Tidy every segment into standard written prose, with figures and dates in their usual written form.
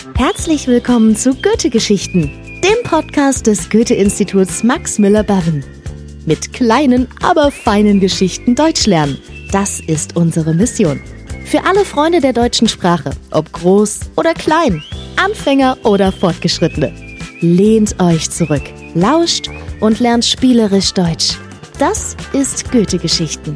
Herzlich willkommen zu Goethe-Geschichten, dem Podcast des Goethe-Instituts Max Müller-Berren. Mit kleinen, aber feinen Geschichten Deutsch lernen. Das ist unsere Mission. Für alle Freunde der deutschen Sprache, ob groß oder klein, Anfänger oder Fortgeschrittene. Lehnt euch zurück, lauscht und lernt spielerisch Deutsch. Das ist Goethe-Geschichten.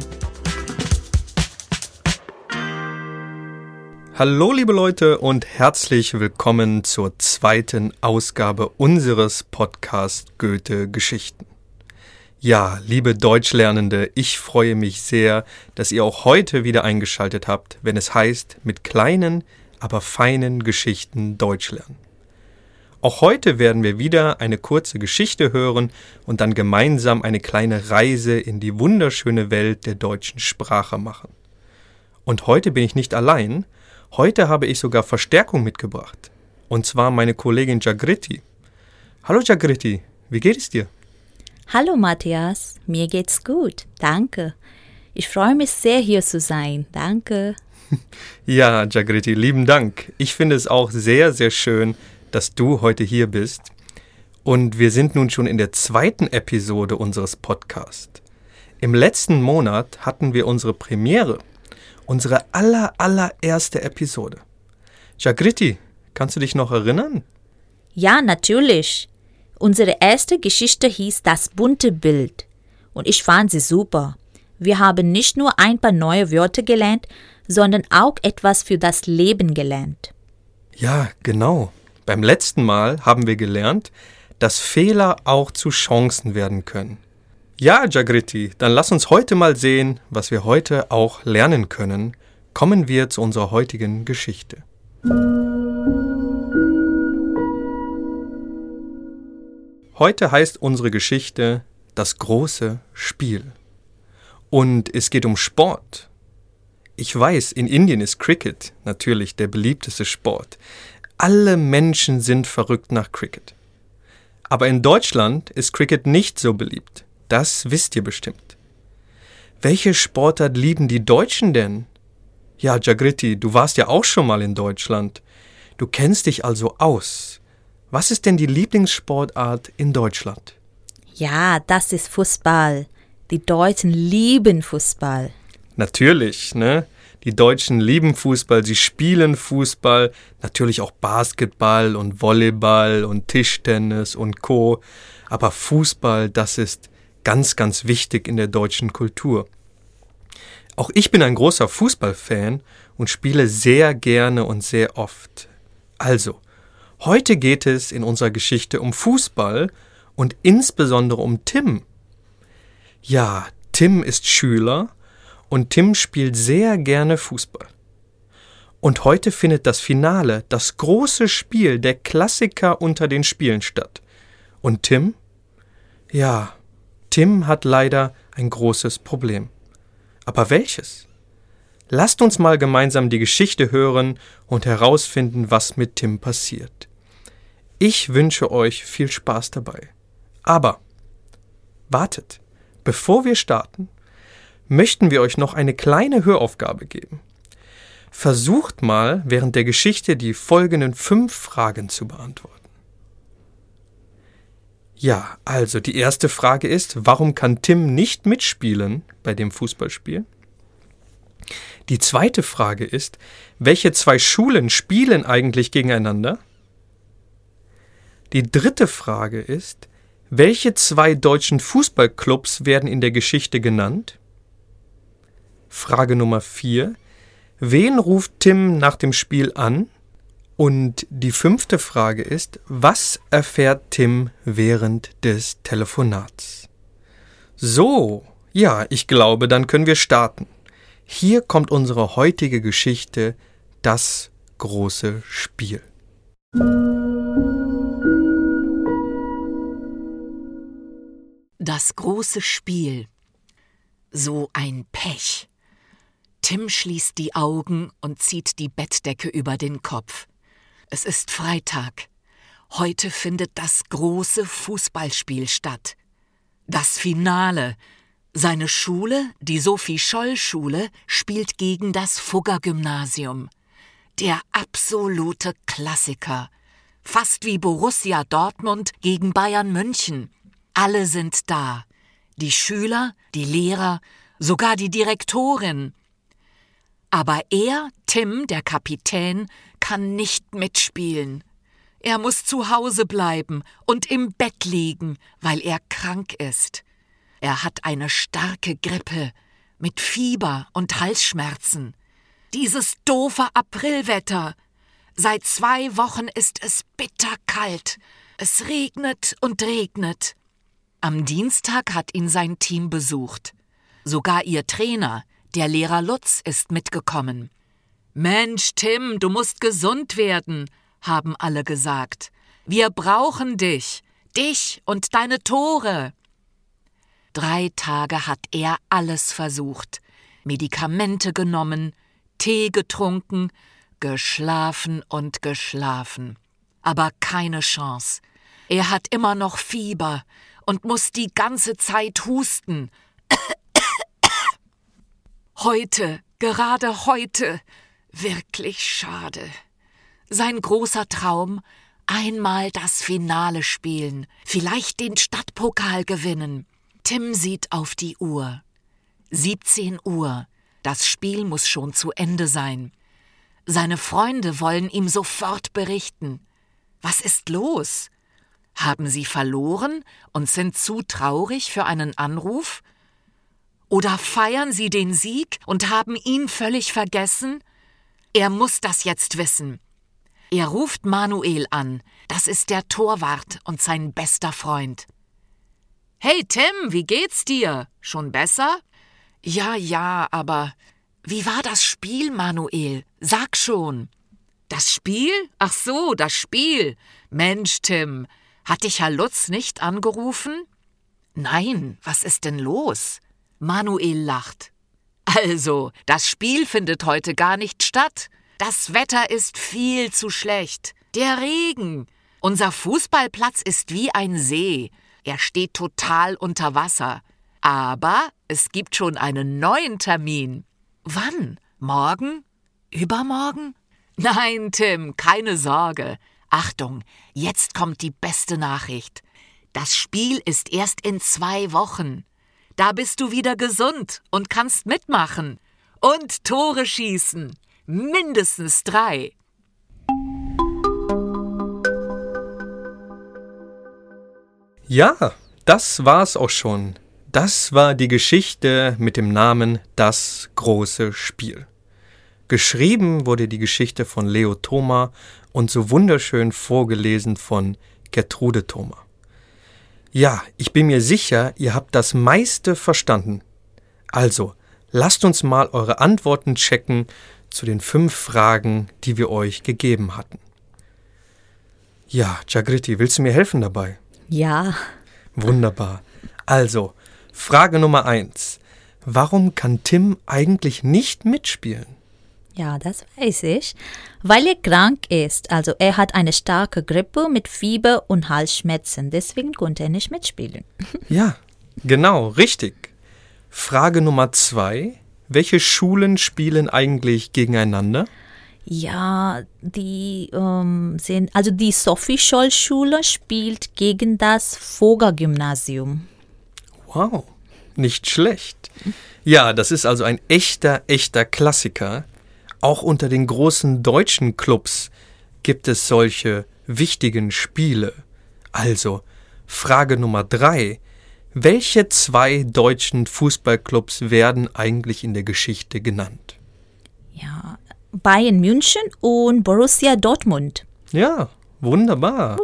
Hallo liebe Leute und herzlich willkommen zur zweiten Ausgabe unseres Podcasts Goethe-Geschichten. Ja, liebe Deutschlernende, ich freue mich sehr, dass ihr auch heute wieder eingeschaltet habt, wenn es heißt, mit kleinen, aber feinen Geschichten Deutsch lernen. Auch heute werden wir wieder eine kurze Geschichte hören und dann gemeinsam eine kleine Reise in die wunderschöne Welt der deutschen Sprache machen. Und heute bin ich nicht allein. Heute habe ich sogar Verstärkung mitgebracht. Und zwar meine Kollegin Jagriti. Hallo Jagriti, wie geht es dir? Hallo Matthias, mir geht's gut, danke. Ich freue mich sehr, hier zu sein, danke. Ja, Jagriti, lieben Dank. Ich finde es auch sehr, sehr schön, dass du heute hier bist. Und wir sind nun schon in der zweiten Episode unseres Podcasts. Im letzten Monat hatten wir unsere Premiere. Unsere allererste Episode. Jagriti, kannst du dich noch erinnern? Ja, natürlich. Unsere erste Geschichte hieß Das bunte Bild. Und ich fand sie super. Wir haben nicht nur ein paar neue Wörter gelernt, sondern auch etwas für das Leben gelernt. Ja, genau. Beim letzten Mal haben wir gelernt, dass Fehler auch zu Chancen werden können. Ja, Jagriti, dann lass uns heute mal sehen, was wir heute auch lernen können. Kommen wir zu unserer heutigen Geschichte. Heute heißt unsere Geschichte Das große Spiel. Und es geht um Sport. Ich weiß, in Indien ist Cricket natürlich der beliebteste Sport. Alle Menschen sind verrückt nach Cricket. Aber in Deutschland ist Cricket nicht so beliebt. Das wisst ihr bestimmt. Welche Sportart lieben die Deutschen denn? Ja, Jagriti, du warst ja auch schon mal in Deutschland. Du kennst dich also aus. Was ist denn die Lieblingssportart in Deutschland? Ja, das ist Fußball. Die Deutschen lieben Fußball. Natürlich, ne? Die Deutschen lieben Fußball, sie spielen Fußball, natürlich auch Basketball und Volleyball und Tischtennis und Co. Aber Fußball, das ist ganz, ganz wichtig in der deutschen Kultur. Auch ich bin ein großer Fußballfan und spiele sehr gerne und sehr oft. Also, heute geht es in unserer Geschichte um Fußball und insbesondere um Tim. Ja, Tim ist Schüler und Tim spielt sehr gerne Fußball. Und heute findet das Finale, das große Spiel, der Klassiker unter den Spielen statt. Und Tim? Ja, Tim hat leider ein großes Problem. Aber welches? Lasst uns mal gemeinsam die Geschichte hören und herausfinden, was mit Tim passiert. Ich wünsche euch viel Spaß dabei. Aber wartet, bevor wir starten, möchten wir euch noch eine kleine Höraufgabe geben. Versucht mal, während der Geschichte die folgenden 5 Fragen zu beantworten. Ja, also die erste Frage ist, warum kann Tim nicht mitspielen bei dem Fußballspiel? Die zweite Frage ist, welche 2 Schulen spielen eigentlich gegeneinander? Die dritte Frage ist, welche 2 deutschen Fußballclubs werden in der Geschichte genannt? Frage Nummer 4, wen ruft Tim nach dem Spiel an? Und die 5. Frage ist, was erfährt Tim während des Telefonats? So, ja, ich glaube, dann können wir starten. Hier kommt unsere heutige Geschichte, das große Spiel. Das große Spiel. So ein Pech. Tim schließt die Augen und zieht die Bettdecke über den Kopf. Es ist Freitag. Heute findet das große Fußballspiel statt. Das Finale. Seine Schule, die Sophie-Scholl-Schule, spielt gegen das Fugger-Gymnasium. Der absolute Klassiker. Fast wie Borussia Dortmund gegen Bayern München. Alle sind da. Die Schüler, die Lehrer, sogar die Direktorin. Aber er, Tim, der Kapitän, kann nicht mitspielen. Er muss zu Hause bleiben und im Bett liegen, weil er krank ist. Er hat eine starke Grippe mit Fieber und Halsschmerzen. Dieses doofe Aprilwetter. Seit 2 Wochen ist es bitterkalt. Es regnet und regnet. Am Dienstag hat ihn sein Team besucht. Sogar ihr Trainer, der Lehrer Lutz, ist mitgekommen. »Mensch, Tim, du musst gesund werden«, haben alle gesagt. »Wir brauchen dich und deine Tore.« 3 Tage hat er alles versucht. Medikamente genommen, Tee getrunken, geschlafen und geschlafen. Aber keine Chance. Er hat immer noch Fieber und muss die ganze Zeit husten. Gerade heute, wirklich schade. Sein großer Traum, einmal das Finale spielen, vielleicht den Stadtpokal gewinnen. Tim sieht auf die Uhr. 17 Uhr. Das Spiel muss schon zu Ende sein. Seine Freunde wollen ihm sofort berichten. Was ist los? Haben sie verloren und sind zu traurig für einen Anruf? Oder feiern sie den Sieg und haben ihn völlig vergessen? Er muss das jetzt wissen. Er ruft Manuel an. Das ist der Torwart und sein bester Freund. »Hey Tim, wie geht's dir? Schon besser?« »Ja, aber wie war das Spiel, Manuel? Sag schon.« »Das Spiel? Ach so, das Spiel. Mensch, Tim, hat dich Herr Lutz nicht angerufen?« »Nein, was ist denn los?« Manuel lacht. »Also, das Spiel findet heute gar nicht statt. Das Wetter ist viel zu schlecht. Der Regen. Unser Fußballplatz ist wie ein See. Er steht total unter Wasser. Aber es gibt schon einen neuen Termin.« »Wann? Morgen? Übermorgen?« »Nein, Tim, keine Sorge. Achtung, jetzt kommt die beste Nachricht. Das Spiel ist erst in 2 Wochen. Da bist du wieder gesund und kannst mitmachen. Und Tore schießen. Mindestens 3. Ja, das war's auch schon. Das war die Geschichte mit dem Namen Das große Spiel. Geschrieben wurde die Geschichte von Leo Thoma und so wunderschön vorgelesen von Gertrude Thoma. Ja, ich bin mir sicher, ihr habt das meiste verstanden. Also, lasst uns mal eure Antworten checken zu den 5 Fragen, die wir euch gegeben hatten. Ja, Jagriti, willst du mir helfen dabei? Ja. Wunderbar. Also, Frage Nummer 1. Warum kann Tim eigentlich nicht mitspielen? Ja, das weiß ich. Weil er krank ist. Also er hat eine starke Grippe mit Fieber und Halsschmerzen. Deswegen konnte er nicht mitspielen. Ja, genau, richtig. Frage Nummer 2. Welche Schulen spielen eigentlich gegeneinander? Ja, die Sophie-Scholl-Schule spielt gegen das Vogel-Gymnasium. Wow, nicht schlecht. Ja, das ist also ein echter Klassiker. Auch unter den großen deutschen Clubs gibt es solche wichtigen Spiele. Also, Frage Nummer 3. Welche 2 deutschen Fußballclubs werden eigentlich in der Geschichte genannt? Ja, Bayern München und Borussia Dortmund. Ja, wunderbar.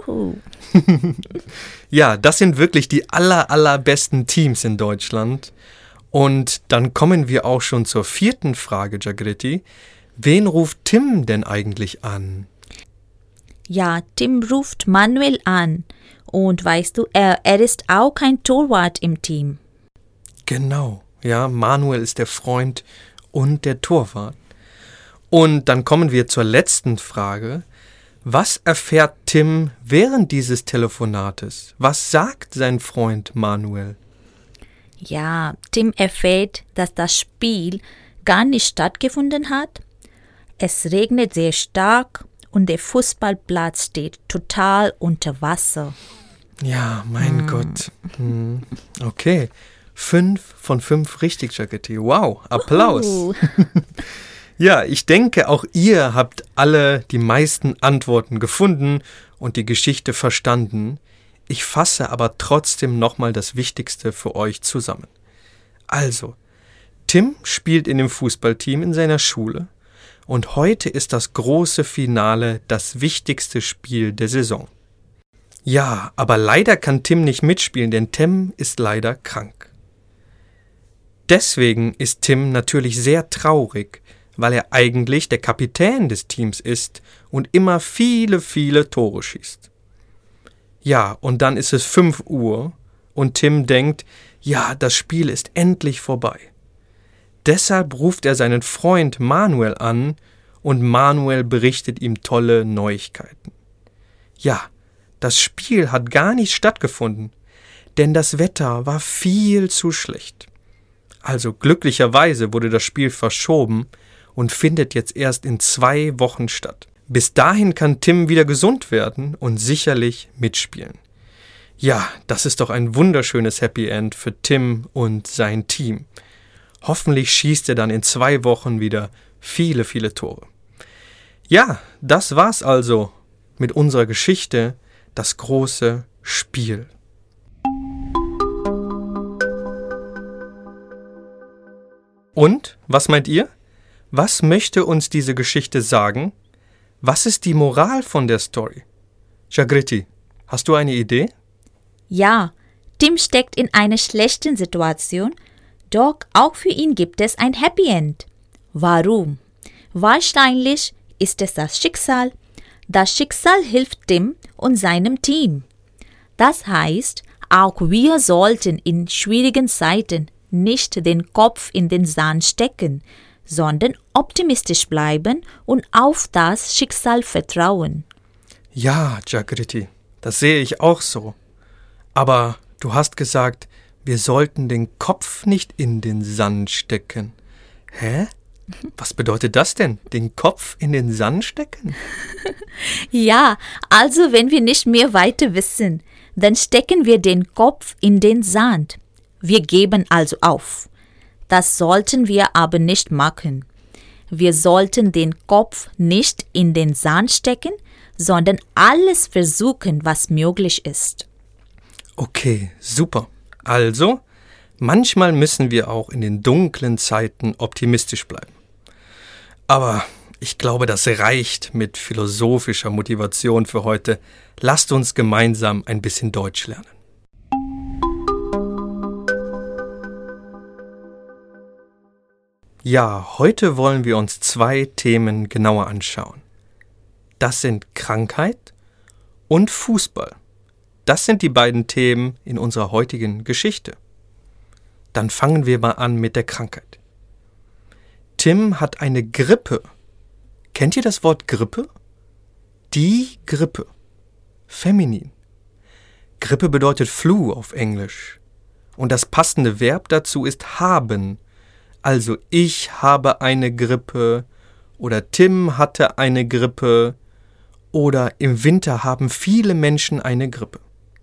Ja, das sind wirklich die allerbesten Teams in Deutschland. Und dann kommen wir auch schon zur 4. Frage, Jagriti. Wen ruft Tim denn eigentlich an? Ja, Tim ruft Manuel an. Und weißt du, er ist auch kein Torwart im Team. Genau, ja, Manuel ist der Freund und der Torwart. Und dann kommen wir zur letzten Frage. Was erfährt Tim während dieses Telefonates? Was sagt sein Freund Manuel? Ja, Tim erfährt, dass das Spiel gar nicht stattgefunden hat. Es regnet sehr stark und der Fußballplatz steht total unter Wasser. Ja, mein Gott. Okay, 5 von 5 richtig, Jacquetti. Wow, Applaus. Ja, ich denke, auch ihr habt alle die meisten Antworten gefunden und die Geschichte verstanden. Ich fasse aber trotzdem nochmal das Wichtigste für euch zusammen. Also, Tim spielt in dem Fußballteam in seiner Schule und heute ist das große Finale das wichtigste Spiel der Saison. Ja, aber leider kann Tim nicht mitspielen, denn Tim ist leider krank. Deswegen ist Tim natürlich sehr traurig, weil er eigentlich der Kapitän des Teams ist und immer viele, viele Tore schießt. Ja, und dann ist es 5 Uhr und Tim denkt, ja, das Spiel ist endlich vorbei. Deshalb ruft er seinen Freund Manuel an und Manuel berichtet ihm tolle Neuigkeiten. Ja, das Spiel hat gar nicht stattgefunden, denn das Wetter war viel zu schlecht. Also glücklicherweise wurde das Spiel verschoben und findet jetzt erst in 2 Wochen statt. Bis dahin kann Tim wieder gesund werden und sicherlich mitspielen. Ja, das ist doch ein wunderschönes Happy End für Tim und sein Team. Hoffentlich schießt er dann in 2 Wochen wieder viele, viele Tore. Ja, das war's also mit unserer Geschichte, das große Spiel. Und, was meint ihr? Was möchte uns diese Geschichte sagen? Was ist die Moral von der Story? Jagritti, hast du eine Idee? Ja, Tim steckt in einer schlechten Situation, doch auch für ihn gibt es ein Happy End. Warum? Wahrscheinlich ist es das Schicksal. Das Schicksal hilft Tim und seinem Team. Das heißt, auch wir sollten in schwierigen Zeiten nicht den Kopf in den Sand stecken, sondern optimistisch bleiben und auf das Schicksal vertrauen. Ja, Jagritti, das sehe ich auch so. Aber du hast gesagt, wir sollten den Kopf nicht in den Sand stecken. Hä? Was bedeutet das denn? Den Kopf in den Sand stecken? Ja, also wenn wir nicht mehr weiter wissen, dann stecken wir den Kopf in den Sand. Wir geben also auf. Das sollten wir aber nicht machen. Wir sollten den Kopf nicht in den Sand stecken, sondern alles versuchen, was möglich ist. Okay, super. Also, manchmal müssen wir auch in den dunklen Zeiten optimistisch bleiben. Aber ich glaube, das reicht mit philosophischer Motivation für heute. Lasst uns gemeinsam ein bisschen Deutsch lernen. Ja, heute wollen wir uns 2 Themen genauer anschauen. Das sind Krankheit und Fußball. Das sind die beiden Themen in unserer heutigen Geschichte. Dann fangen wir mal an mit der Krankheit. Tim hat eine Grippe. Kennt ihr das Wort Grippe? Die Grippe. Feminin. Grippe bedeutet Flu auf Englisch. Und das passende Verb dazu ist haben. Also ich habe eine Grippe oder Tim hatte eine Grippe oder im Winter haben viele Menschen eine Grippe.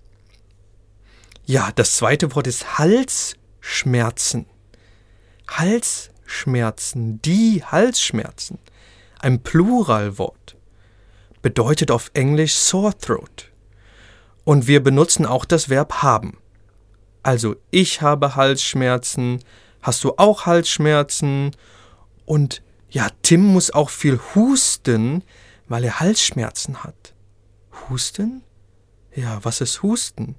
Ja, das zweite Wort ist Halsschmerzen. Halsschmerzen, die Halsschmerzen. Ein Pluralwort. Bedeutet auf Englisch sore throat. Und wir benutzen auch das Verb haben. Also ich habe Halsschmerzen. Hast du auch Halsschmerzen? Und ja, Tim muss auch viel husten, weil er Halsschmerzen hat. Husten? Ja, was ist Husten?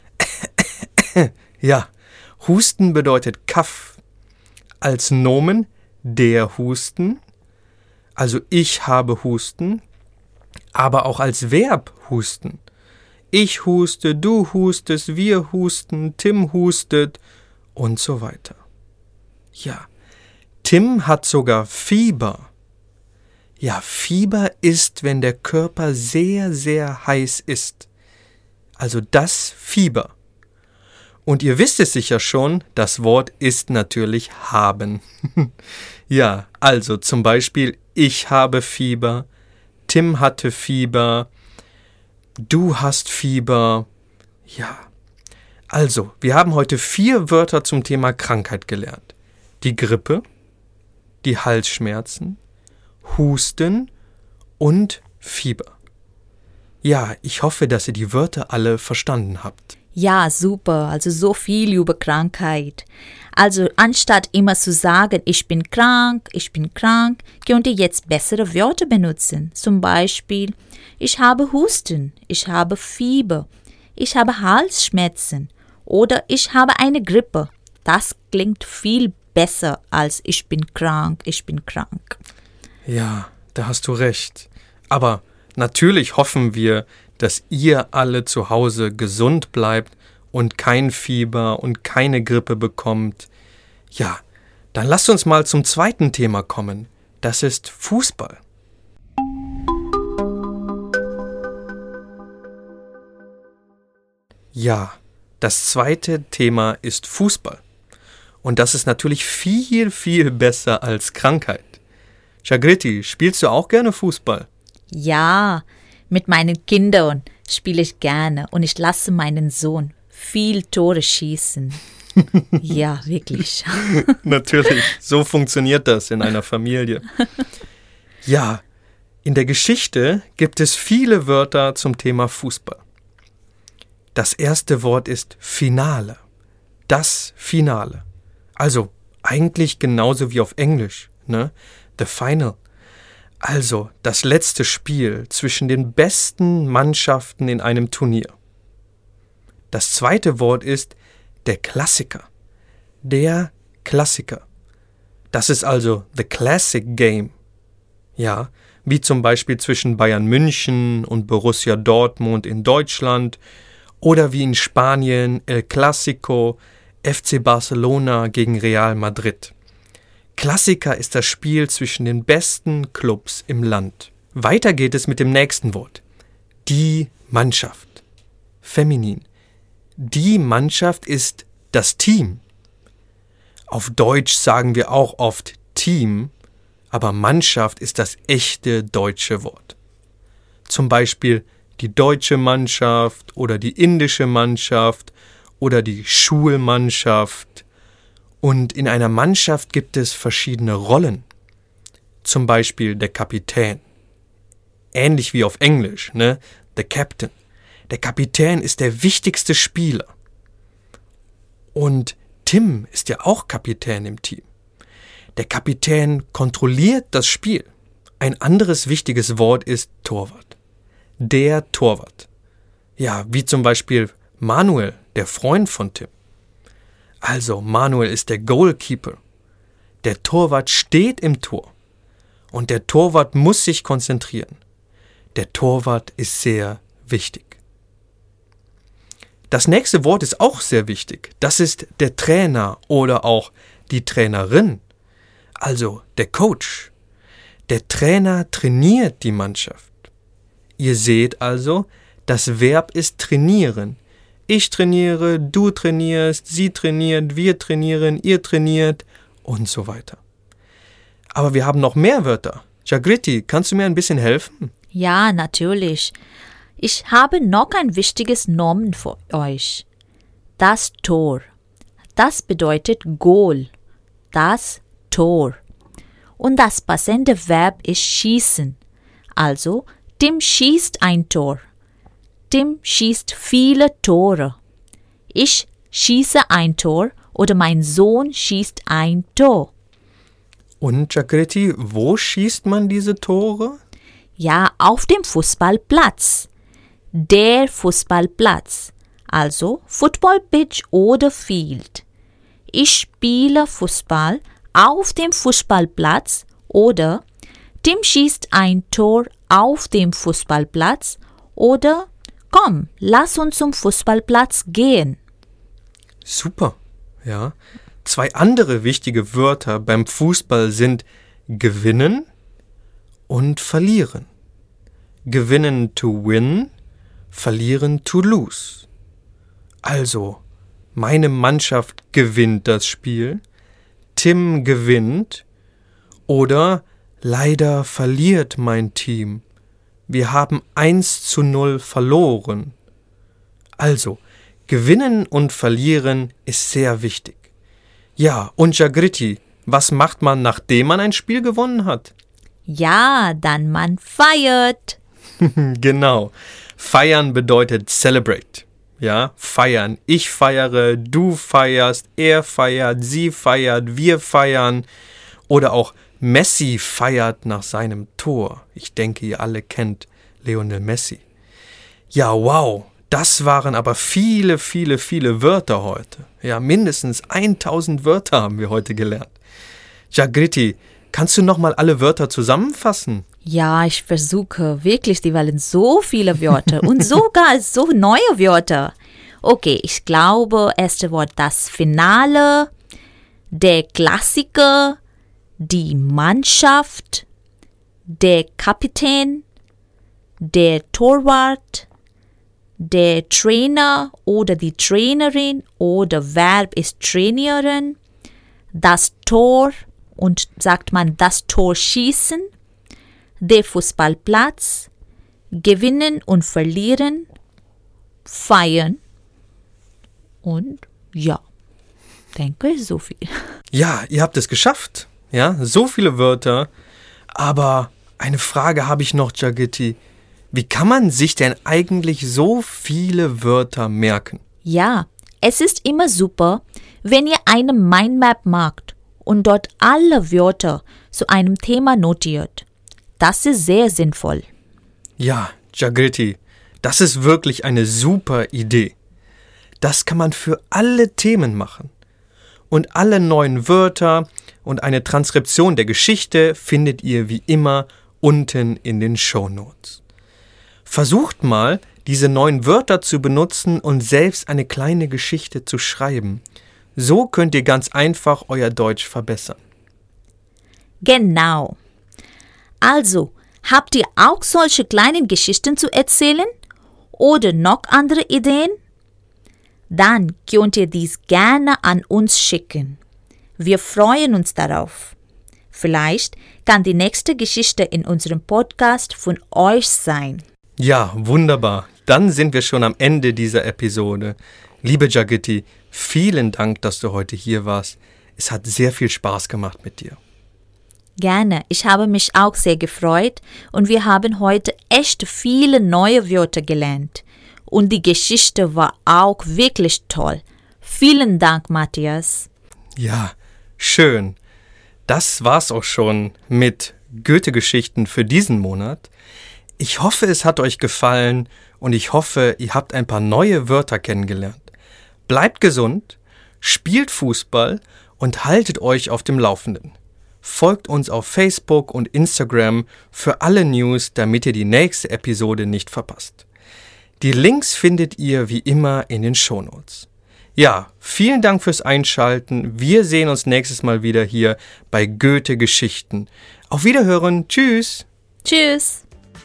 Ja, Husten bedeutet Kaff. Als Nomen der Husten, also ich habe Husten, aber auch als Verb husten. Ich huste, du hustest, wir husten, Tim hustet und so weiter. Ja, Tim hat sogar Fieber. Ja, Fieber ist, wenn der Körper sehr, sehr heiß ist. Also das Fieber. Und ihr wisst es sicher schon, das Wort ist natürlich haben. Ja, also zum Beispiel, ich habe Fieber, Tim hatte Fieber, du hast Fieber. Ja, also, wir haben heute 4 Wörter zum Thema Krankheit gelernt. Die Grippe, die Halsschmerzen, Husten und Fieber. Ja, ich hoffe, dass ihr die Wörter alle verstanden habt. Ja, super, also so viel über Krankheit. Also anstatt immer zu sagen, ich bin krank, könnt ihr jetzt bessere Wörter benutzen. Zum Beispiel, ich habe Husten, ich habe Fieber, ich habe Halsschmerzen oder ich habe eine Grippe. Das klingt viel besser als ich bin krank. Ja, da hast du recht. Aber natürlich hoffen wir, dass ihr alle zu Hause gesund bleibt und kein Fieber und keine Grippe bekommt. Ja, dann lasst uns mal zum zweiten Thema kommen. Das ist Fußball. Ja, das zweite Thema ist Fußball. Und das ist natürlich viel, viel besser als Krankheit. Jagriti, spielst du auch gerne Fußball? Ja, mit meinen Kindern spiele ich gerne und ich lasse meinen Sohn viel Tore schießen. Ja, wirklich. Natürlich, so funktioniert das in einer Familie. Ja, in der Geschichte gibt es viele Wörter zum Thema Fußball. Das erste Wort ist Finale. Das Finale. Also eigentlich genauso wie auf Englisch, ne? The Final. Also das letzte Spiel zwischen den besten Mannschaften in einem Turnier. Das zweite Wort ist der Klassiker. Der Klassiker. Das ist also the Classic Game. Ja, wie zum Beispiel zwischen Bayern München und Borussia Dortmund in Deutschland oder wie in Spanien El Clásico, FC Barcelona gegen Real Madrid. Klassiker ist das Spiel zwischen den besten Clubs im Land. Weiter geht es mit dem nächsten Wort. Die Mannschaft. Feminin. Die Mannschaft ist das Team. Auf Deutsch sagen wir auch oft Team, aber Mannschaft ist das echte deutsche Wort. Zum Beispiel die deutsche Mannschaft oder die indische Mannschaft oder die Schulmannschaft. Und in einer Mannschaft gibt es verschiedene Rollen. Zum Beispiel der Kapitän. Ähnlich wie auf Englisch, ne? The Captain. Der Kapitän ist der wichtigste Spieler. Und Tim ist ja auch Kapitän im Team. Der Kapitän kontrolliert das Spiel. Ein anderes wichtiges Wort ist Torwart. Der Torwart. Ja, wie zum Beispiel Manuel, der Freund von Tim. Also, Manuel ist der Goalkeeper. Der Torwart steht im Tor. Und der Torwart muss sich konzentrieren. Der Torwart ist sehr wichtig. Das nächste Wort ist auch sehr wichtig. Das ist der Trainer oder auch die Trainerin. Also der Coach. Der Trainer trainiert die Mannschaft. Ihr seht also, das Verb ist trainieren. Ich trainiere, du trainierst, sie trainiert, wir trainieren, ihr trainiert und so weiter. Aber wir haben noch mehr Wörter. Jagriti, kannst du mir ein bisschen helfen? Ja, natürlich. Ich habe noch ein wichtiges Nomen für euch. Das Tor. Das bedeutet Goal. Das Tor. Und das passende Verb ist schießen. Also, Tim schießt ein Tor. Tim schießt viele Tore. Ich schieße ein Tor oder mein Sohn schießt ein Tor. Und Jagriti, wo schießt man diese Tore? Ja, auf dem Fußballplatz. Der Fußballplatz, also Football Pitch oder Field. Ich spiele Fußball auf dem Fußballplatz oder Tim schießt ein Tor auf dem Fußballplatz oder komm, lass uns zum Fußballplatz gehen. Super, ja. 2 andere wichtige Wörter beim Fußball sind gewinnen und verlieren. Gewinnen to win, verlieren to lose. Also, meine Mannschaft gewinnt das Spiel, Tim gewinnt oder leider verliert mein Team. Wir haben 1:0 verloren. Also, gewinnen und verlieren ist sehr wichtig. Ja, und Jagriti, was macht man, nachdem man ein Spiel gewonnen hat? Ja, dann man feiert. Genau. Feiern bedeutet celebrate. Ja, feiern. Ich feiere, du feierst, er feiert, sie feiert, wir feiern. Oder auch Messi feiert nach seinem Tor. Ich denke, ihr alle kennt Lionel Messi. Ja, wow. Das waren aber viele, viele, viele Wörter heute. Ja, mindestens 1000 Wörter haben wir heute gelernt. Jagriti, kannst du nochmal alle Wörter zusammenfassen? Ja, ich versuche wirklich, die waren so viele Wörter und sogar so neue Wörter. Okay, ich glaube, erste Wort das Finale, der Klassiker, die Mannschaft, der Kapitän, der Torwart, der Trainer oder die Trainerin oder Verb ist Trainerin, das Tor und sagt man das Tor schießen, der Fußballplatz, gewinnen und verlieren, feiern und ja, denke so viel. Ja, ihr habt es geschafft. Ja, so viele Wörter. Aber eine Frage habe ich noch, Jagriti. Wie kann man sich denn eigentlich so viele Wörter merken? Ja, es ist immer super, wenn ihr eine Mindmap macht und dort alle Wörter zu einem Thema notiert. Das ist sehr sinnvoll. Ja, Jagriti, das ist wirklich eine super Idee. Das kann man für alle Themen machen. Und alle neuen Wörter und eine Transkription der Geschichte findet ihr wie immer unten in den Shownotes. Versucht mal, diese neuen Wörter zu benutzen und selbst eine kleine Geschichte zu schreiben. So könnt ihr ganz einfach euer Deutsch verbessern. Genau. Also, habt ihr auch solche kleinen Geschichten zu erzählen? Oder noch andere Ideen? Dann könnt ihr dies gerne an uns schicken. Wir freuen uns darauf. Vielleicht kann die nächste Geschichte in unserem Podcast von euch sein. Ja, wunderbar. Dann sind wir schon am Ende dieser Episode. Liebe Jagriti, vielen Dank, dass du heute hier warst. Es hat sehr viel Spaß gemacht mit dir. Gerne, ich habe mich auch sehr gefreut und wir haben heute echt viele neue Wörter gelernt. Und die Geschichte war auch wirklich toll. Vielen Dank, Matthias. Ja, schön. Das war's auch schon mit Goethe-Geschichten für diesen Monat. Ich hoffe, es hat euch gefallen und ich hoffe, ihr habt ein paar neue Wörter kennengelernt. Bleibt gesund, spielt Fußball und haltet euch auf dem Laufenden. Folgt uns auf Facebook und Instagram für alle News, damit ihr die nächste Episode nicht verpasst. Die Links findet ihr wie immer in den Shownotes. Ja, vielen Dank fürs Einschalten. Wir sehen uns nächstes Mal wieder hier bei Goethe Geschichten. Auf Wiederhören. Tschüss. Tschüss.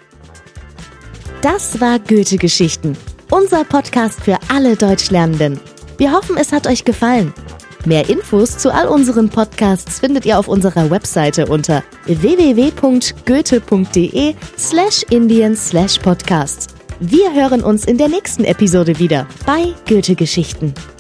Das war Goethe Geschichten, unser Podcast für alle Deutschlernenden. Wir hoffen, es hat euch gefallen. Mehr Infos zu all unseren Podcasts findet ihr auf unserer Webseite unter www.goethe.de/indien/podcast. Wir hören uns in der nächsten Episode wieder bei Goethe Geschichten.